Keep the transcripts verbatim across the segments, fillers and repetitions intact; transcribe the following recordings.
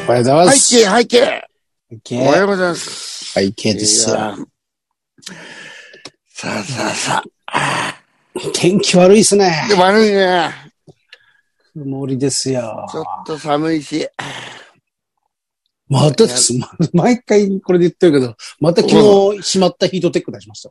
はようございます。 背景、背景。 背景。 おはようございます。 背景ですよ。 さあさあさあ。 天気悪いっすね。 悪いね。 曇りですよ。 ちょっと寒いし。 またです。毎回これで言ってるけど、また昨日しまったヒートテック出しました。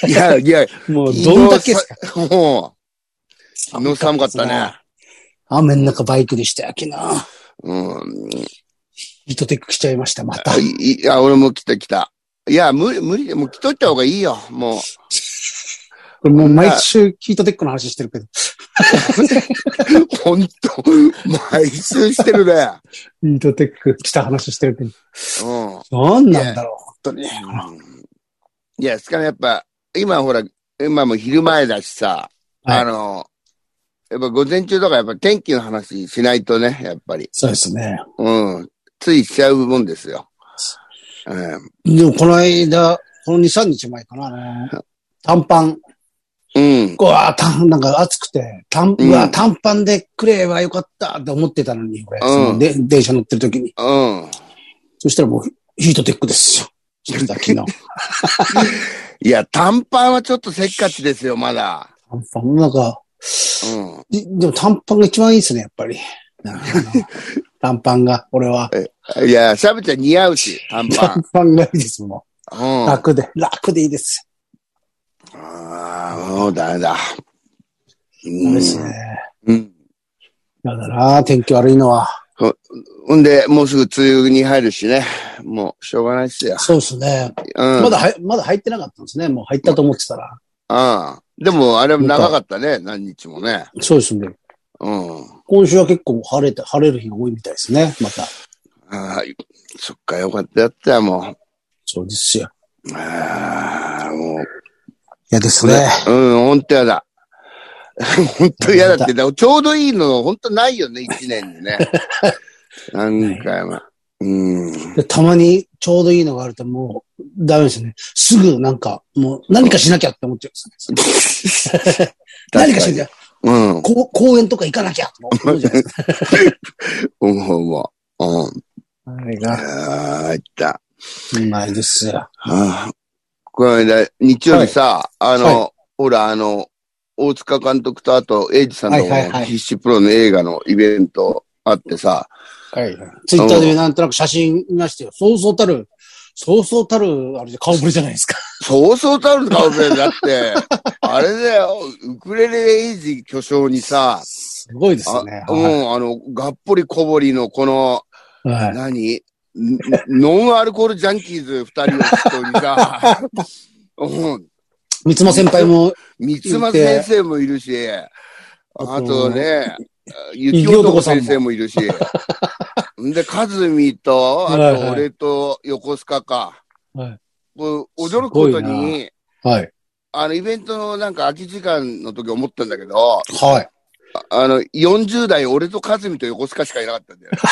いやいや、 もうどんだけですか。 もう、昨日寒かったね。 雨の中バイクでしたよ、昨日。 うん。 ヒートテック着ちゃいました、また。 いいや、俺も来た来た。いや、無理、無理、もう着といた方がいいよ、もう。 これもう毎週ヒートテックの話してるけど。 ほんと、毎週してるね。 ヒートテック着た話してるけど。 うん。 なんなんだろう、本当に。 うん、いや、しかもやっぱ、今ほら、今も昼前だしさ、はい、あの、やっぱ午前中とかやっぱ天気の話しないとね、やっぱり。 そうですね。 うん。ついしちゃうもんですよ。 うん、でもこの間、このに、さんにちまえかな、ね、短パン。 うん。 うわぁ、なんか暑くて、短、うん、うわ短パンでくればよかったって思ってたのに、これ、うん、そので電車乗ってる時に。 うん。 そしたらもうヒートテックですよ。そしたら昨日。 いや、短パンはちょっとせっかちですよ、まだ。 短パン、なんか、うん。でも短パンが一番いいですね、やっぱり。短パンが、俺は。 いや、シャブちゃん似合うし、短パン。 短パンがいいですもん。うん、楽で、楽でいいです。 ああ、もうダメだ。 ダメですね。 うん。 だな、天気悪いのは。 ほ、ほんで、もうすぐ梅雨に入るしね。もう、しょうがないっすよ。 そうですね。うん。まだは、まだ入ってなかったんですね。もう入ったと思ってたら。ああ。でも、あれも長かったね。何日もね。 そうですね。 うん。 今週は結構晴れて、晴れる日が多いみたいですね。また。 ああ、そっか、よかったやったよ、もう。 そうですよ。 ああ、もう。 嫌ですね。 うん、ほんとやだ。ほんと嫌だって、ちょうどいいの、ほんとないよね、一年にね。何回も。うん。 たまにちょうどいいのがあるともう、ダメですね。すぐなんか、もう何かしなきゃって思っちゃうんですね。何かしなきゃ。うん。こ公園とか行かなきゃって思うじゃないですか。 思うわ。うん。 あれが。 ああ、いった。 うまいですよ。はあ、この間、日曜日さ、はい、あの、はい、ほら、あの、大塚監督とあと、エイジさんの必死プロの映画のイベントあってさ、 はいはい。ツイッターでなんとなく写真見ましたよ。そうそうたる、そうそうたる、あれで顔ぶれじゃないですか。 そうそうたる顔ぶれだって、あれだよ、ウクレレエイジ巨匠にさ、 すごいですよね。 うん、あの、がっぽりこぼりのこの、はい、何ノンアルコールジャンキーズ二人を人にさ、うん。 三つ間先輩も。 三つ間先生もいるし、あとね、雪男先生もいるし、んで、かずみと、あと俺と横須賀か。はい。驚くことに、はい。あの、イベントのなんか空き時間の時思ったんだけど、はい。あ, あの、よんじゅう代俺とかずみと横須賀しかいなかったんだよね。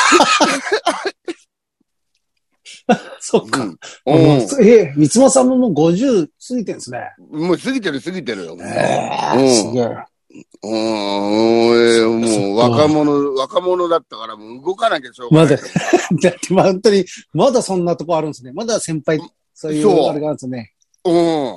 そっか。うん。え、三つ間さんももうごじゅう過ぎてるんですね。 もう過ぎてる過ぎてるよ。 えー、うん、すげえ。 うん、もう若者、若者だったからもう動かなきゃしょうがない。 まだ、だって本当に、まだそんなとこあるんですね。まだ先輩、そういうあれがあるんですね。 うん。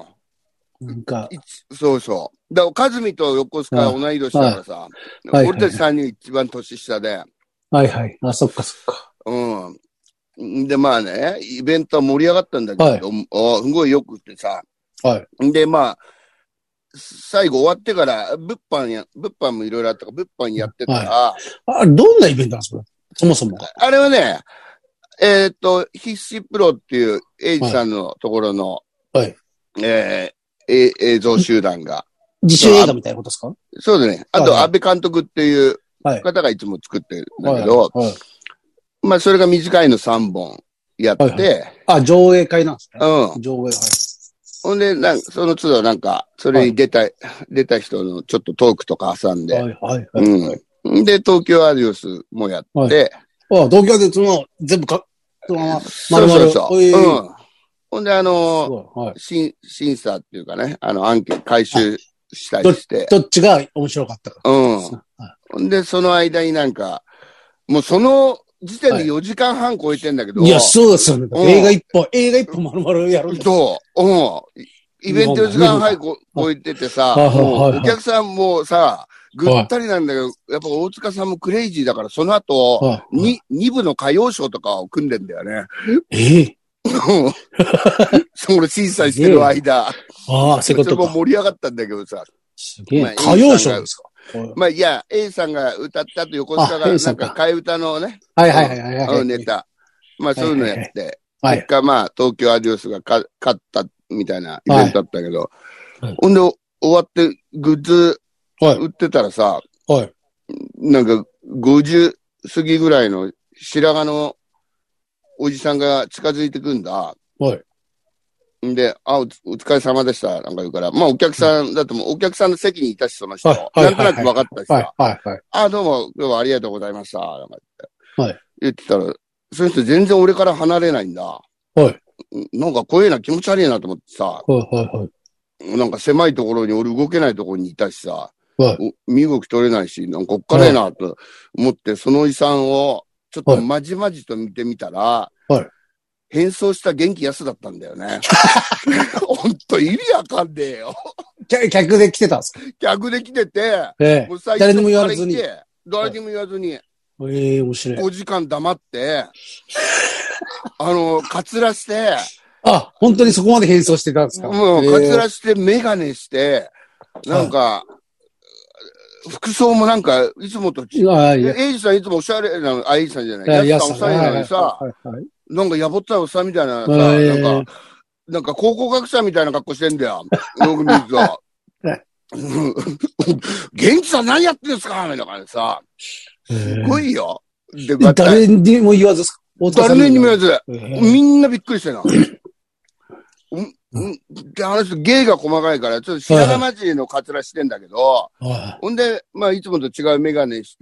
なんか。 そうそう。だから、かずみと横須賀同い年だからさ、はい、俺たちさんにん一番年下で。 はいはい。あ、そっかそっか。 うん。で、まあね、イベントは盛り上がったんだけど、はい、すごいよくってさ。はい。で、まあ、最後終わってから、物販や、物販もいろいろあったから、物販やってたら、はい、 あ、どんなイベントなんですかそもそも。 あれはね、えっ、ー、と、必死プロっていう、エイジさんのところの、はい。えー、映像集団が。 自主映画みたいなことですかそうだね。あと、安倍監督っていう方がいつも作ってるんだけど、はいはいはい、まあ、それが短いのさんぼんやって、はいはい、 あ、上映会なんですね。 うん。 上映会。 ほんで、なんか、その都度なんか、それに出た、はい、出た人のちょっとトークとか挟んで。はいはいはい。うん。で、東京アディオスもやって。はい、 ああ、東京アディオスも全部か、そのまま、 そうそうそう。うん。ほんで、あの、はい、審、審査っていうかね、あの、アンケート回収したりして。 ど, どっちが面白かったか。 うん。ほんで、その間になんか、もうその時点でよじかんはん超えてんだけど。 いや、そうですよね。映画一本、映画一本丸々やるんだ。 そう。うん。イベントよじかんはん超えててさ、もうお客さんもさ、ぐったりなんだけど、やっぱ大塚さんもクレイジーだから、その後、に、二部の歌謡ショーとかを組んでんだよね。 ええ。 その審査してる間。 ああ、そういうことか。 それも盛り上がったんだけどさ。 すげえ。歌謡ショーですか？ まあ、いや、A さんが歌ったと横須賀が、なんか替え歌のね。 はいはいはいはい。 ネタ。まあ、そういうのやって。結果、まあ、東京アディオスが勝ったみたいなイベントだったけど。ほんで、終わってグッズ売ってたらさ、なんかごじゅう過ぎぐらいの白髪のおじさんが近づいてくんだ。んで、あ、お疲れ様でした。なんか言うから。まあ、お客さんだとも、お客さんの席にいたし、その人。なんとなく分かったしさ。あ、どうも、今日はありがとうございました。なんか言って。言ってたら、その人全然俺から離れないんだ。はい。なんか怖いな、気持ち悪いなと思ってさ。はいはいはい。なんか狭いところに俺動けないところにいたしさ。はい。身動き取れないし、なんかおっかねえなと思って、そのおじさんをちょっとまじまじと見てみたら、はい。変装した元気安だったんだよね。ほんと意味わかんねえよ。 客で来てたんですか？ 客で来てて、 ええ、もう最初誰にも言わずに。 誰にも言わずに。 ええー、面白い。 ごじかん黙って、あの、かつらして。 あ、本当にそこまで変装してたんですか？ もう、かつらして、メガネして、なんか、服装もなんか、いつもと違う。エイジさんいつもおしゃれなの、あ、エイジさんじゃない。ヤスさんおしゃれなのにさ、なんかやぼったいおっさんみたいなさ、なんか、なんか高校学生みたいな格好してんだよ。よく見ると。元気さん何やってんですかみたいな感じでさ。すごいよ。 で、誰にも言わずですか？ 誰にも言わず。みんなびっくりしてな。うん、うん。で、あの人、芸が細かいから、ちょっと白髪混じりのカツラしてんだけど、ほんで、まあ、いつもと違うメガネして、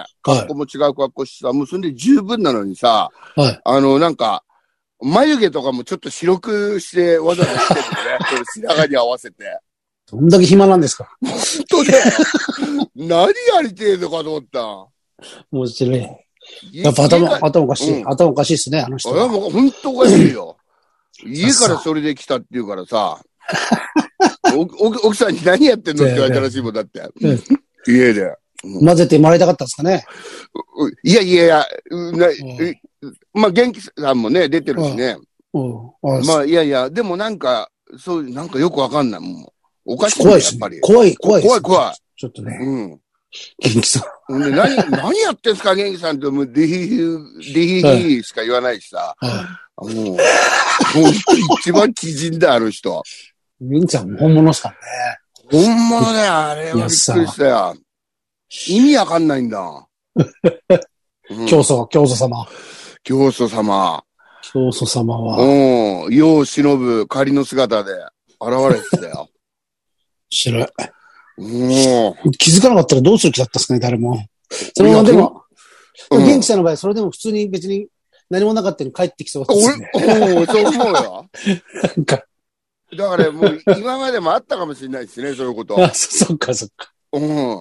格好も違う格好してさ、もうそんで十分なのにさ、あの、なんか、眉毛とかもちょっと白くしてわざわざしてるんだよね。白髪に合わせて。 どんだけ暇なんですか？ 本当だよ。何やりてえのかと思った。 面白い。やっぱ頭、頭おかしい。うん、頭おかしいっすね、あの人は。 もう本当おかしいよ。家からそれで来たって言うからさ、奥さんに何やってんのって言われたらしいもんだって。家で。 うん、混ぜてもらいたかったんですかね。 いやいやいや、なまあ元気さんもね、出てるしね。まあいやいや、でもなんか、そう、なんかよくわかんない。もうおかしいね、やっぱり。 怖い、怖い。 怖い、怖い。 ちょっとね。 うん。 元気さん。で、何、何やってんすか、元気さんって、もう、デヒヒ、デヒヒしか言わないしさ。もう、もう、一番鬼人だ、あの人。 元気さん本物っすからね。 本物だよ、あれはびっくりしたよ。意味わかんないんだ。 教祖、教祖様。 教祖様。 教祖様は。 うん。世を忍ぶ仮の姿で現れてたよ。 白い。 もう。気づかなかったらどうする気だったんですかね、誰も。そのままでも、元気さんの場合、それでも普通に別に何もなかったに帰ってきそうですね。 俺、おそう思うよ。 なんか。 だからもう今までもあったかもしれないですね、そういうこと。 あ、そ、そっかそっか。 うん。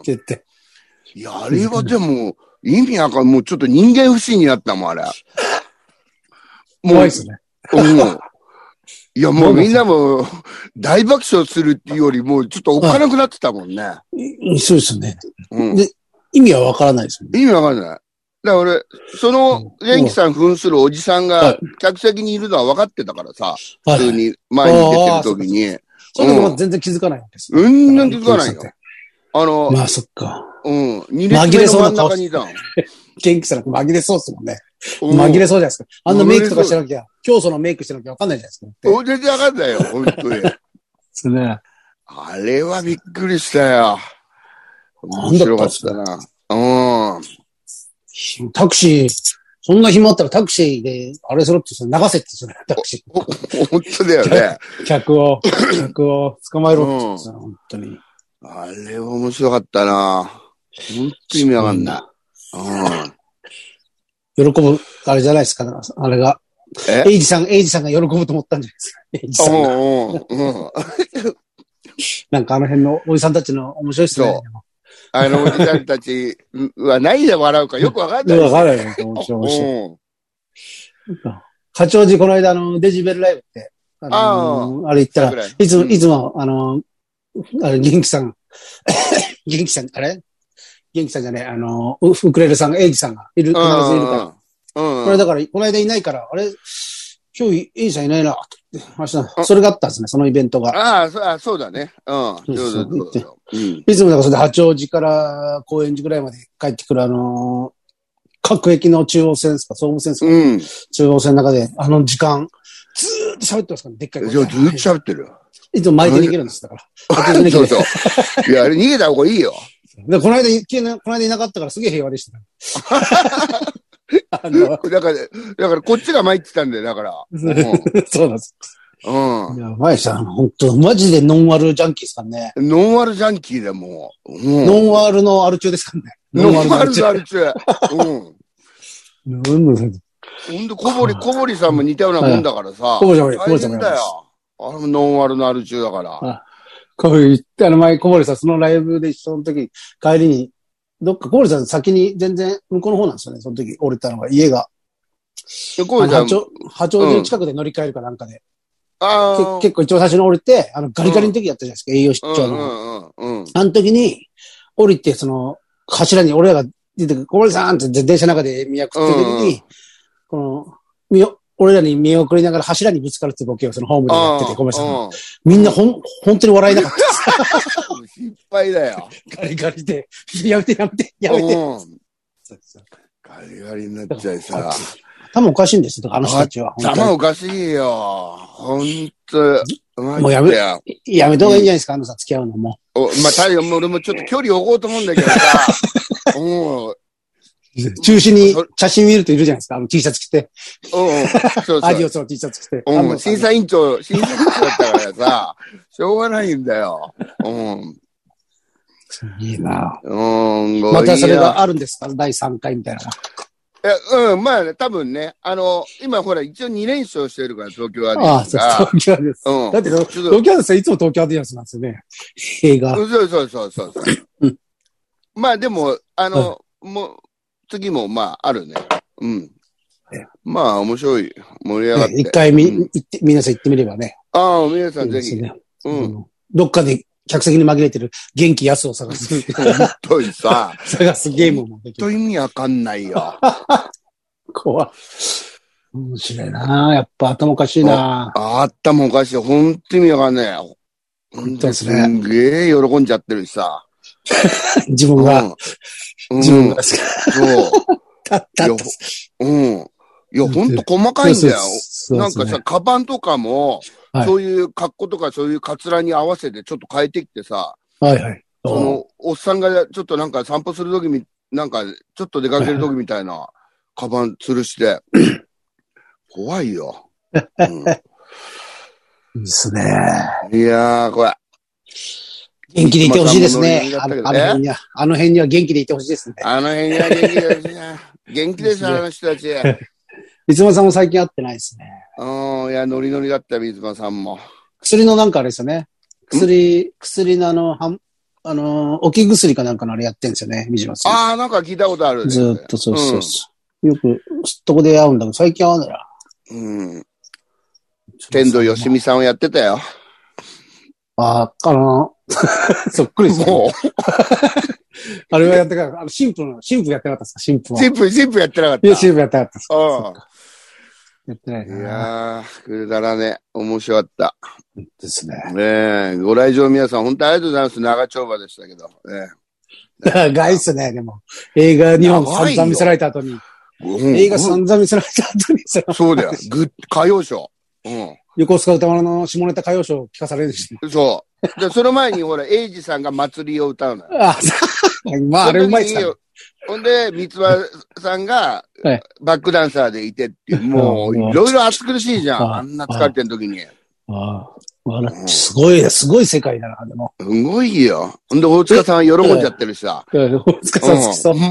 絶対。 いや、あれはでも、意味わかん、もうちょっと人間不信になったもん、あれ。 怖いっすね。 うん。いや、もうみんなも大爆笑するっていうよりも、ちょっとおっかなくなってたもんね。はい、 そうですよね。うん。で、意味はわからないですよね。 意味わかんない。だから俺、その、元気さん扮するおじさんが、客席にいるのは分かってたからさ、はい、普通に前に出てる時に。 それでも全然気づかないんですよ。全然気づかないよ。あの、 まあそっか。 うん。二列目の真ん中にいたの。 元気さん紛れそうっすもんね。紛れそうじゃないですか。あんなメイクとかしてなきゃ、教祖のメイクしてなきゃわかんないじゃないですか。 全然わかんないよ、本当に。 ですね。 あれはびっくりしたよ。面白かったな。うん。 タクシー、そんな暇あったらタクシーで、あれするって流せってそれ、タクシー。本当だよね。 客を、客を捕まえろって言ってた、本当に。 あれは面白かったな。本当に意味わかんない。 うん。喜ぶ、あれじゃないですか、あれが。えエイジさん、エイジさんが喜ぶと思ったんじゃないですか。エイジさんが。うんうん、なんかあの辺のおじさんたちの面白いっすね。 あのおじさんたちは何で笑うかよくわかんない。 わかんないね。面白い面白い。八王子この間あのデジベルライブって、あのー、あ, あれ行ったら、いつも、いつも、あのー、あれ、元気さん、元気さん、あれ元気さんじゃねえ、あのー、ウクレレさん、エイジさんがいる、必ずいるから。うん。これだから、この間いないから、あれ、今日エイジさんいないな、って明日、それがあったんですね、そのイベントが。 ああ、そうあそうだね。うん。そうそうそうそううん、いつもだからそれで八王子から高円寺ぐらいまで帰ってくるあのー、各駅の中央線ですか、総武線ですか、うん、中央線の中で、あの時間、ずーっと喋ってますから、ね、でっかい声。 じゃあずーっと喋ってる。 いつも巻いて逃げるんです、だから。 そうそう。いや、あれ逃げた方がいいよ。 で、この間、この間いなかったからすげえ平和でした、ね。 あの、だから、だからこっちが参ってたんだよ、だから。うん、そうなんです。うん。いや、前さん、ほんと、マジでノンアルジャンキーですからね。 ノンアルジャンキーだ、もう。 うん、ノンアルのアル中ですからね。 ノンアルのアル中。うん。ほんと、小堀、小堀さんも似たようなもんだからさ。 小堀さんも、小堀さんも。 大変だよ。あれもノンアルのアル中だから。 小堀行って、あの前、小堀さん、そのライブで一緒の時、帰りに、どっか、小堀さん先に全然向こうの方なんですよね、その時降りたのが、家が。小堀さん。八王子の近くで乗り換えるかなんかで。うん、あ結構一番最初に降りて、あの、ガリガリの時やったじゃないですか、うん、栄養失調の。うんうんうん、あの時に、降りて、その、柱に俺らが出てくる、小堀さんって電車の中で見送ってる時に、うんうん、この、みよ、俺らに見送りながら柱にぶつかるってボケをそのホームでやってて、小堀さんが。みんなほん、本当に笑えなかった。 失敗だよ。 ガリガリで、やめてやめて、やめて。 ガリガリになっちゃいさ。 頭おかしいんですよ、あの人たちは。 頭おかしいよ。ほんと。 もうやめ、やめた方がいいんじゃないですか、あのさ、付き合うのも。 お、まあ、太陽も俺もちょっと距離を置こうと思うんだけどさ。もう。 中止に写真見るといるじゃないですか、あの T シャツ着て。 うん、そうそう。 アディオスの T シャツ着て。 うん、審査委員長、審査委員長だったからさ、しょうがないんだよ。うん。 いいなうん、 またそれがあるんですかだいさんかいみたいな。 え、うん、まあね、多分ね、あの、今ほら、一応に連勝してるから、東京はね。 ああ、そう、東京です。うん。だって、東京ですいつも東京でやつなんですよね。映画。 そうそうそうそう。うん、まあでも、あの、もう、次もまあ、あるね。うん。まあ、面白い。盛り上がって。 一回み、うん、行って、皆さん行ってみればね。 ああ、皆さんぜひ。 ね、うん。どっかで客席に紛れてる元気安を探す。 本当にさ。 探すゲームもできる。 本当意味わかんないよ。 怖い。面白いなやっぱ頭おかしいなあ頭おかしい。本当意味わかんないよ。 本当ですね。 すんげえ喜んじゃってるしさ。 自分が。うん自分が。 そう。 たったと。 うん。いや、ほんと細かいんだよ。なんかさ、カバンとかも、そういう格好とかそういうカツラに合わせてちょっと変えてきてさ。 はいはい。 その、おっさんがちょっとなんか散歩するときみ、なんか、ちょっと出かけるときみたいな、カバン吊るして。怖いよ。うん。 いいっすね。 いやー、これ。 元気でいてほしいですね。あの辺には、あの辺には元気でいてほしいですね。 あの辺には元気でほしいな。元気ですよ、あの人たち。 三つ間さんも最近会ってないですね。 うん、いや、ノリノリだったよ、三つ間さんも。 薬のなんかあれですよね。薬、薬のあの、はん、あの、置き薬かなんかのあれやってんですよね、三島さん。 ああ、なんか聞いたことある、ね。 ずっと、そうそうそう。よく、そこで会うんだけど、最近会わないな。 うん。天童よしみさんをやってたよ。 ああ、あの、そっくりですもう。 あれはやってなかった。あの、神父の、神父やってなかったですか神父は。 神父、神父やってなかった。 いや、神父やってなかったですか。 ああ。 やってないな。 いやー、くだらね。面白かった。 ですね。 ねえ、ご来場皆さん、本当にありがとうございます。長丁場でしたけど。ね、 長いっすね、でも。映画日本散々見せられた後に。うん、映画散々見せられた後に。 そうだよ。グッ、歌謡ショー。うん。 横須賀歌丸の下ネタ歌謡ショーを聞かされるし、 ね。そう。で、その前にほら、エイジさんが祭りを歌うのよ。 ああ、まあ、あれうまいっすね。 ほんで、三つ葉さんが、バックダンサーでいてっていう、もう、いろいろ暑苦しいじゃん。あんな疲れてる時に。 ああ。すごい、すごい世界だな、でも。 すごいよ。ほんで、大塚さん喜んじゃってるしさ。 大塚さん好きそう。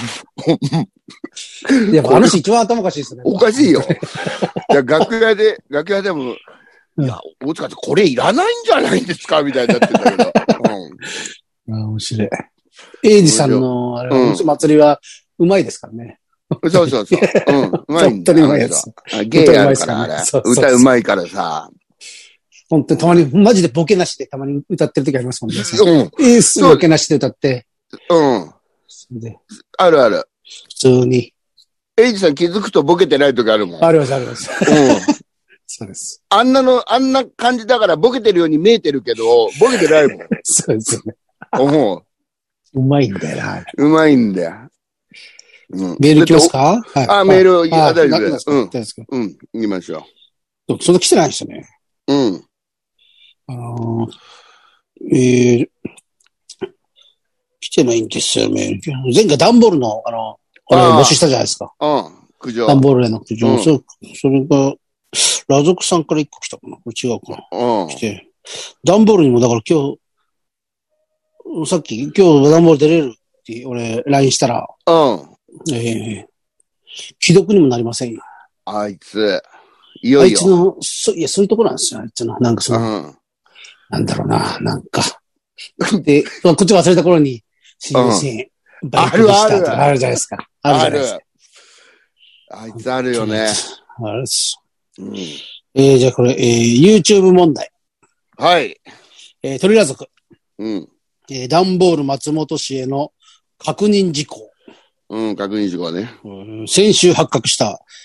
いや、あの人一番頭おかしいですね。 おかしいよ。いや、楽屋で、楽屋でも、いや、大塚さん、これいらないんじゃないんですかみたいになってたけど。 うん。あ、面白い。 エイジさんの、あれ、うん、祭りは、うまいですからね。 そうそうそう。うん。うまいんだよ。本当にうまいやつ。芸あるから、あれ。歌うまいからさ。 本当にたまに、マジでボケなしでたまに歌ってる時ありますもんね。うん。エースボケなしで歌って。 うん。であるある。 普通に。 エイジさん気づくとボケてない時あるもん。 あります、あります。うん。そうです。 あんなの、あんな感じだからボケてるように見えてるけど、ボケてないもん。 そうですよね。 思う。 うまいんだよな。 うまいんだよ。 うん、メール来ますか？ はい、あ、メール、あ、大丈夫です。うん。うん。行きましょう。それ来てないですよね。 うん。 あのー、えー、来てないんですよ、メール。前回段ボールの、あの、あれ募集したじゃないですか。 うん。苦情。 段ボールへの苦情。うん、それ、それが、ラゾクさんから一個来たかな？これ違うかな？うん。来て。段ボールにも、だから今日、さっき、今日段ボール出れるって俺、ライン したら、 うん。 ええー、既読にもなりませんよ。 あいつ、いよいよ。 あいつの、そ、いや、そういうところなんですよ、あいつの。なんかその、うん、なんだろうな、なんか。で、こっち忘れた頃に、すいません。うん、バイクでしたとかあるじゃないですか。あるじゃないですか。 あいつあるよね。 あれです。うん、えー、じゃあこれ、えー、YouTube 問題。 はい。 えー、トリラ族。 うん。 えー、ダンボール松本氏への確認事項。 うん、確認事項ね。 うん、先週発覚した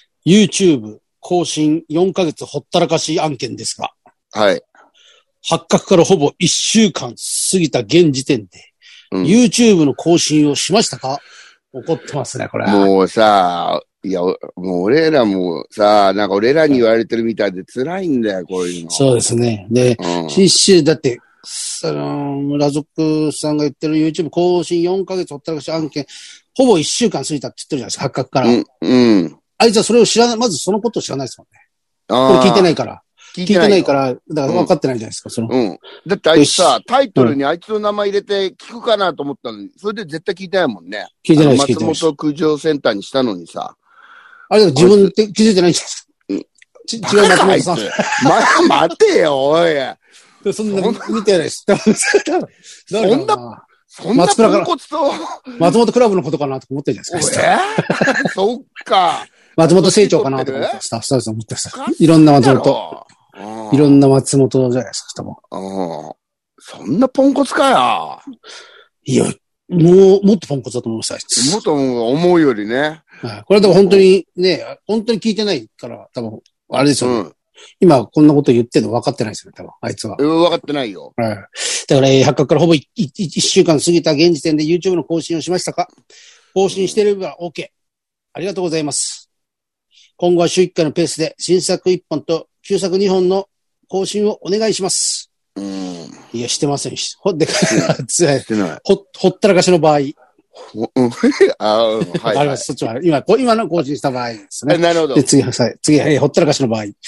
YouTube 更新よんかげつほったらかし案件ですが。 はい。 発覚からほぼいっしゅうかん過ぎた現時点で、うん、YouTube の更新をしましたか？怒ってますね、これ。 もうさ、いや、もう俺らもさ、なんか俺らに言われてるみたいで辛いんだよ、こういうの。 そうですね。で、うん、必死、だって、あの、ラゾクさんが言ってる YouTube 更新よんかげつほったらかし案件、ほぼいっしゅうかん過ぎたって言ってるじゃないですか、発覚から。 うん。うん。 あいつはそれを知らない、まずそのことを知らないですもんね。これ聞いてないから。聞いてないから、だから分かってないじゃないですか、その。 うん。だってあいつさ、タイトルにあいつの名前入れて聞くかなと思ったのに、それで絶対聞いてないもんね。 聞いてないです、聞いてないです。 松本苦情センターにしたのにさ。 あれ、自分で気づいてないんじゃないですか。うん。ち、違う松本さん。 ま、待てよ、おい。 そんな、見てないです。 そんな、そんなポンコツと。 松本クラブのことかなと思ってるじゃないですか。 えー、そっか。 松本清張かなと思ってスタッフさん思ってました。いろんな松本。いろんな松本じゃないですか、多分。 そんなポンコツかよ。 いや、もう、もっとポンコツだと思いました。 もっと思うよりね。 はい。これでも本当にね、本当に聞いてないから、多分、あれですよね。うん、今こんなこと言ってるの分かってないですよね、多分、あいつは。 分かってないよ。 はい。だから、えー、発覚からほぼいっしゅうかん過ぎた現時点で YouTube の更新をしましたか？更新していれば OK。ありがとうございます。今後は週いっかいのペースで新作いっぽんと旧作にほんの更新をお願いします。 うん。 いや、してませんし。ほ、で、 してない。 ほ、ほったらかしの場合。 ほ、うん。ああ、はい、はい。 あります。そっちは、今、今の更新した場合ですね。 なるほど。 で、次、はい。次、えー、ほったらかしの場合。うん。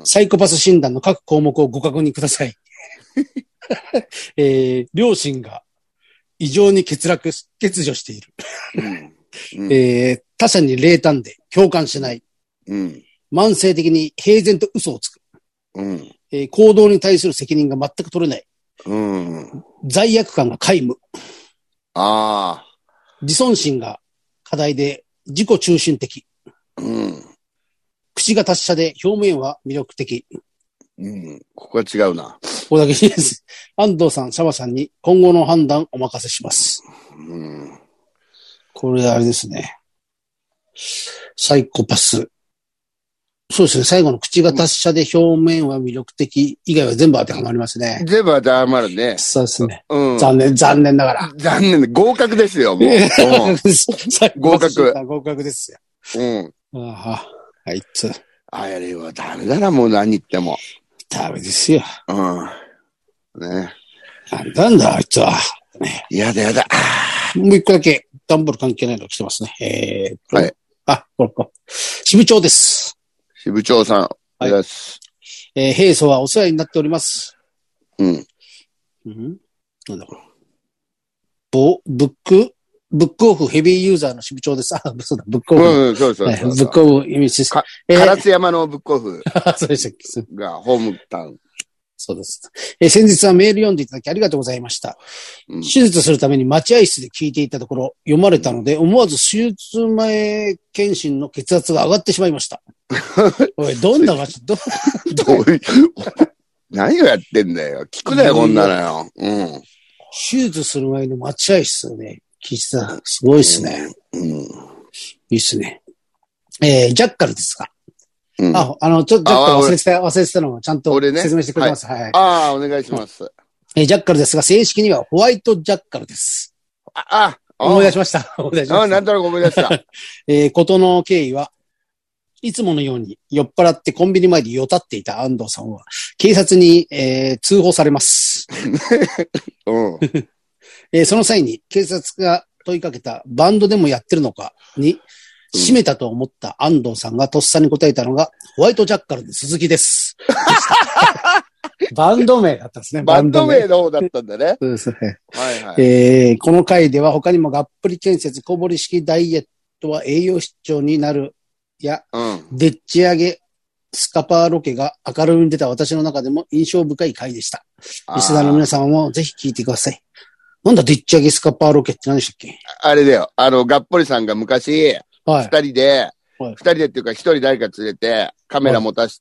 サイコパス診断の各項目をご確認ください。えー、両親が異常に欠落、欠如している。うんうん、えー、他者に冷淡で共感しない。 うん、 慢性的に平然と嘘をつく。 うんえー、行動に対する責任が全く取れない。 うん、 罪悪感が皆無。 あ自尊心が課題で自己中心的。 うん、 口が達者で表面は魅力的。 うん、ここは違うな。 ここだけです。安藤さん、シャバさんに今後の判断お任せします。 うん、 これあれですね。サイコパス。そうですね。最後の口が達者で表面は魅力的以外は全部当てはまりますね。 全部当てはまるね。 そうですね。 うん、 残念、残念ながら。 残念。合格ですよ、もう。合格。 合格ですよ。 うん。 ああ、あいつ。 あれはダメだな、もう何言っても。 ダメですよ。 うん。ね。 なんだ、あいつは。 ね、やだやだ。 もう一個だけ、ダンボール関係ないの来てますね。えー、 はい。 あ、これこれ。支部長です。 支部長さん。 はい。 です。 えー、平素はお世話になっております。 うん。 うん。なんだこれ。ボ、ブック、ブックオフヘビーユーザーの支部長です。あ、そうだ、ブックオフ。 うん、そうそうそう。 ブックオフ、イメージです。 か、えー、唐津山のブックオフ。 そうでしたっけ。 が、ホームタウン。 そうです。えー、先日はメール読んでいただきありがとうございました。うん、手術するために待合室で聞いていたところ、読まれたので、思わず手術前検診の血圧が上がってしまいました。おい、どんな場所、ど、どういう、 何をやってんだよ。聞くなよ、こんなのよ。うん。 手術する前の待合室で聞いてた。すごいっすね。うん。うん、いいっすね。えー、ジャッカルですか。うん、あ、あの、ちょっと、ジャッカル忘れてた、忘れてたのをちゃんと説明してくれます。ね、はい。はい、 ああ、お願いします。 えー、ジャッカルですが、正式にはホワイトジャッカルです。 あ、あ、 思い出しました。思い出しました。 あ、なんとなく思い出した。 えー、ことの経緯は、いつものように酔っ払ってコンビニ前でよたっていた安藤さんは、警察に、えー、通報されます。 うんえー、その際に警察が問いかけたバンドでもやってるのかに、閉めたと思った安藤さんがとっさに答えたのが、ホワイトジャッカルの鈴木です。バンド名だったんですね。 バンド名の方だったんだね。 そうですね。 はいはい。 えー、この回では他にもがっぷり建設小堀式ダイエットは栄養失調になるや、うん、でっち上げスカパーロケが明るみに出た私の中でも印象深い回でした。リスナーの皆様もぜひ聞いてください。なんだでっち上げスカパーロケって何でしたっけ？ あれだよ。あの、がっぽりさんが昔、二、はい、人で、二、はい、人でっていうか一人誰か連れてカメラ持たして、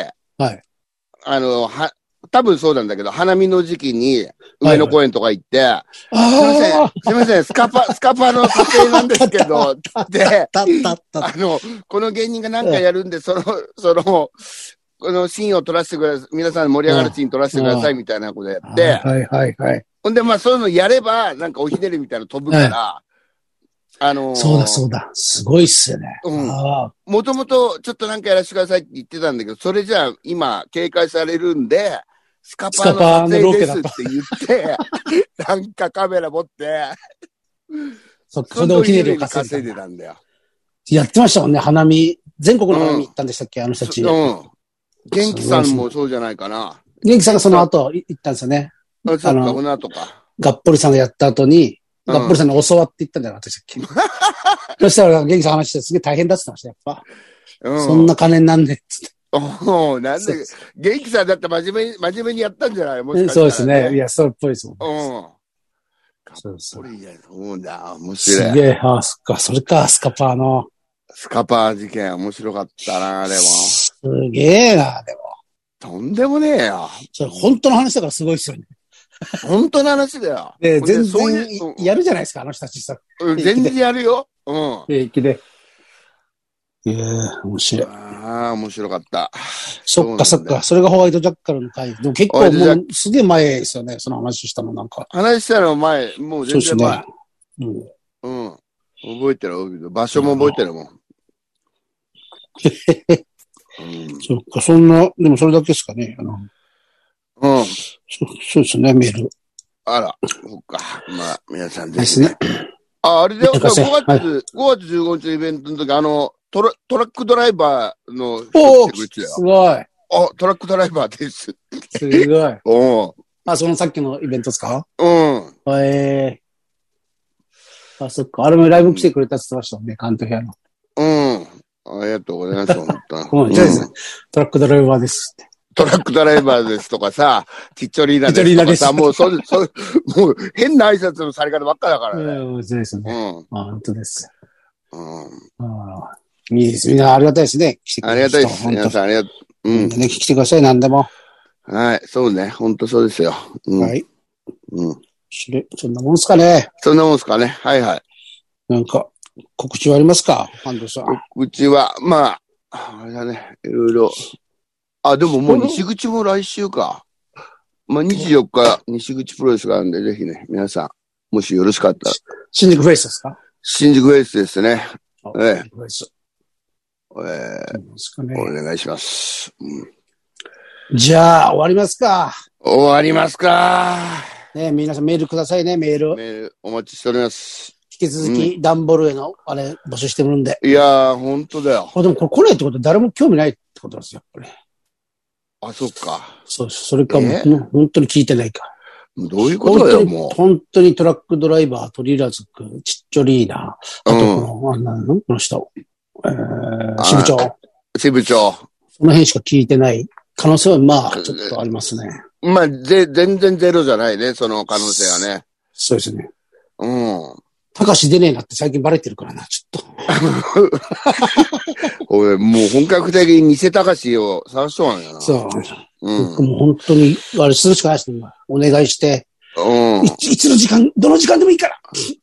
はい。 あの、は、多分そうなんだけど、花見の時期に上野公園とか行って、はいはい、すいません、すいません、スカパ、スカパの撮影なんですけど、で、あの、この芸人が何かやるんで、その、その、このシーンを撮らせてください、皆さん盛り上がるシーン撮らせてくださいみたいなことやって、 はいはいはい。 ほんで、まあそういうのやれば、なんかおひねりみたいなの飛ぶから、はい、あのー、 そうだそうだ。すごいっすよね。 うん。もともとちょっとなんかやらせてくださいって言ってたんだけど、それじゃあ今警戒されるんで、スカパーの撮影ですって言って、なんかカメラ持って、 そっか、それでおひねりを稼いでたんだよ。 やってましたもんね、花見。全国の花見行ったんでしたっけ、うん、あの人たち。 うん。元気さんもそうじゃないかな。 元気さんがその後行ったんですよね。 あ、そっか、この後か。 がっぽりさんがやった後に、がっぽりさんに教わって行ったんじゃなかったでしたっけ。そしたら元気さん話してすげえ大変だって言ってました、やっぱ。うん、そんな金なんで、つって。 おお、なんで、元気さんだって真面目に、真面目にやったんじゃないもしかしたら、ね、 そうですね。いや、そうっぽいですもん、 ね。うん。 そうです。 そうだ、面白い。 すげえ、あ、そっか、それか、スカパーの。 スカパー事件、面白かったな、でも。 すげえな、でも。 とんでもねえよ。 それ、本当の話だからすごいっすよね。 本当の話だよ。 で、全然やるじゃないですか、あの人たちさ。 うん、全然やるよ。うん。 平気で。いやー、面白い。 ああ、面白かった。 そっかそっか。それがホワイトジャッカルの回。でも結構もう、すげえ前ですよね、その話したのなんか。 話したの前、もう全然前。 そうですね。 うん。うん。覚えてる。場所も覚えてるもん。 うん、そっか、そんな、でもそれだけですかね。あのうん。 そ、そうですね、メール。 あら、そっか。まあ、皆さんぜひね。ですね。あ、あれだよ、ごがつ、はい、ごがつじゅうごにちのイベントの時、あの、トラ、トラックドライバーの人来てくれてたよ。 すごい。 あ、トラックドライバーです。 すごい。 おあ、そのさっきのイベントですか？ うん。 ええー。あ、そっか。あれもライブ来てくれたって言ってましたもんね、関東部屋の。 うん。ありがとうございます、本当。 うん、じゃあですね。トラックドライバーですって。 トラックドライバーですとかさ、ティッチョリーナですとかさ、もうそう、そう、もう変な挨拶のされ方ばっかだからね。 うん、そうですね。うん。あ、本当です。 うん。 あいいです。みんなありがたいですね。 来てくれありがたいです。皆さんありがとう。 うん。ね、来てください、何でも。 はい、そうね。本当そうですよ。うん、 はい。 うん。 そんなもんですかね。 そんなもんですかね。はいはい。 なんか、告知はありますか？安藤さん。 告知は、まあ、あれだね。いろいろ。あ、でももう西口も来週か。まあ、にじゅうよっか、西口プロレスがあるんで、ぜひね、皆さん、もしよろしかったら。 新宿フェイスですか？ 新宿フェイスですね。ええ。 フェイス。 ええーね、お願いします。 うん、じゃあ、終わりますか。 終わりますか。 ね、皆さんメールくださいね、メール。 メールお待ちしております。 引き続き、ダンボールへの、あれ、募集してるんで。 いやー、ほんとだよ。 あ、でもこれ来ないってことは誰も興味ないってことですよ、これ。 あ、そっか。 そう、それかも、えー、本当に聞いてないか。 どういうことだよ、もう。 本当にトラックドライバー、トリーラーズク、ちっちょリーナー、あとこの、うん、あこの人、えー、支部長。 支部長。 その辺しか聞いてない可能性はまあ、ちょっとありますね。 まあ、ぜ、全然ゼロじゃないね、その可能性はね。 そうですね。 うん。 高し出ねえなって最近バレてるからな、ちょっと。 俺、もう本格的に偽高しを探しとんやな。 そう。 うん。 僕も本当に、あれするしかないですね。お願いして。 うん。 いつ、いつの時間、どの時間でもいいから。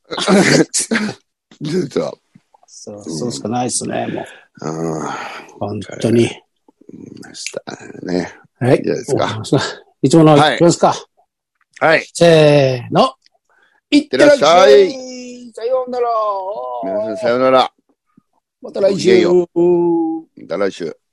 ずっと。 そう、そうしかないですね、もう。 うん。 本当に。 ましたね。 はい。 いいですか。 いつもの、いきますか。 はい。 せーの。いってらっしゃい。さようなら。 皆さんさようなら。 また来週。 また来週。